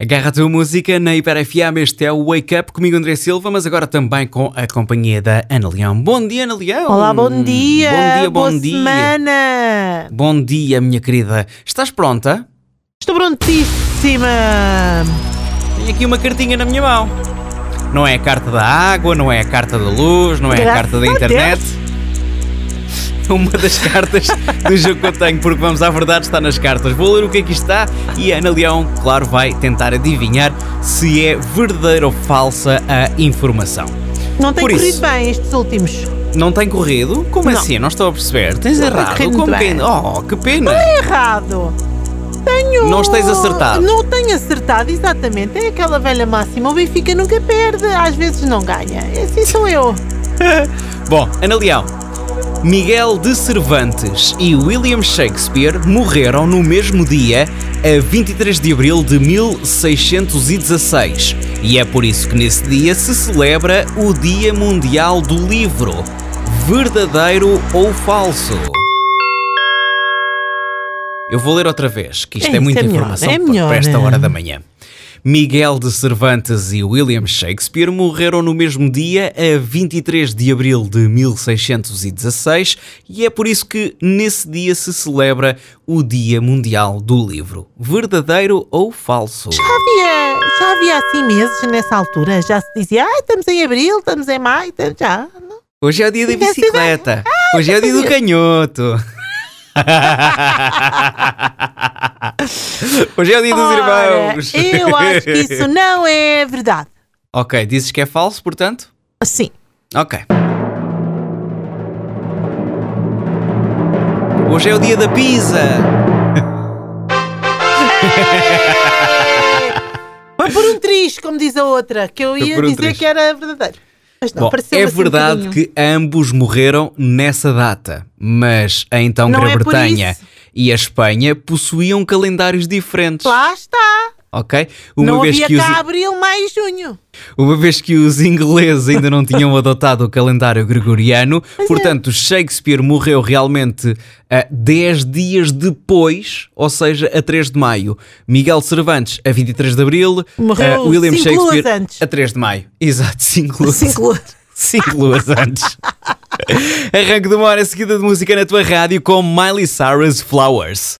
Agarra a tua música na Hiper FM, este é o Wake Up, comigo André Silva, mas agora também com a companhia da Ana Leão. Bom dia, Ana Leão! Olá, bom dia! Bom dia! Semana! Bom dia, minha querida. Estás pronta? Estou prontíssima! Tenho aqui uma cartinha na minha mão. Não é a carta da água, não é a carta da luz, não é a carta da internet. Uma das cartas do jogo que eu tenho, porque vamos à verdade, está nas cartas. Vou ler o que aqui está e a Ana Leão, claro, vai tentar adivinhar se é verdadeira ou falsa a informação. Não tem corrido bem estes últimos. Não tem corrido? Como assim? Não estou a perceber. Tens errado. Como que... Oh, que pena. Não é errado. Não tens acertado. Não tenho acertado, exatamente. É aquela velha máxima. O Benfica nunca perde, às vezes não ganha. Assim sou eu. Bom, Ana Leão, Miguel de Cervantes e William Shakespeare morreram no mesmo dia, a 23 de abril de 1616. E é por isso que nesse dia se celebra o Dia Mundial do Livro. Verdadeiro ou falso? Eu vou ler outra vez, que isto é muita informação para esta hora da manhã. Miguel de Cervantes e William Shakespeare morreram no mesmo dia, a 23 de abril de 1616, e é por isso que nesse dia se celebra o Dia Mundial do Livro. Verdadeiro ou falso? Já havia assim meses nessa altura, já se dizia, estamos em abril, estamos em maio, já. Não? Hoje é o dia da bicicleta, hoje é o dia do canhoto. Hoje é o dia dos irmãos. Eu acho que isso não é verdade. Ok, dizes que é falso, portanto? Sim. Ok. Hoje é o dia da pizza. Foi por um triz, como diz a outra, que eu ia dizer que era verdadeiro. Não, bom, é verdade que ambos morreram nessa data, mas a então Grã-Bretanha e a Espanha possuíam calendários diferentes. Lá está. Ok? Não havia cá abril, maio e junho. Uma vez que os ingleses ainda não tinham adotado o calendário gregoriano, portanto Shakespeare morreu realmente 10 dias depois, ou seja, a 3 de maio. Miguel Cervantes a 23 de abril, William Shakespeare a 3 de maio. Exato, 5 luas. 5 luas antes. Arranque de uma hora seguida de música na tua rádio com Miley Cyrus Flowers.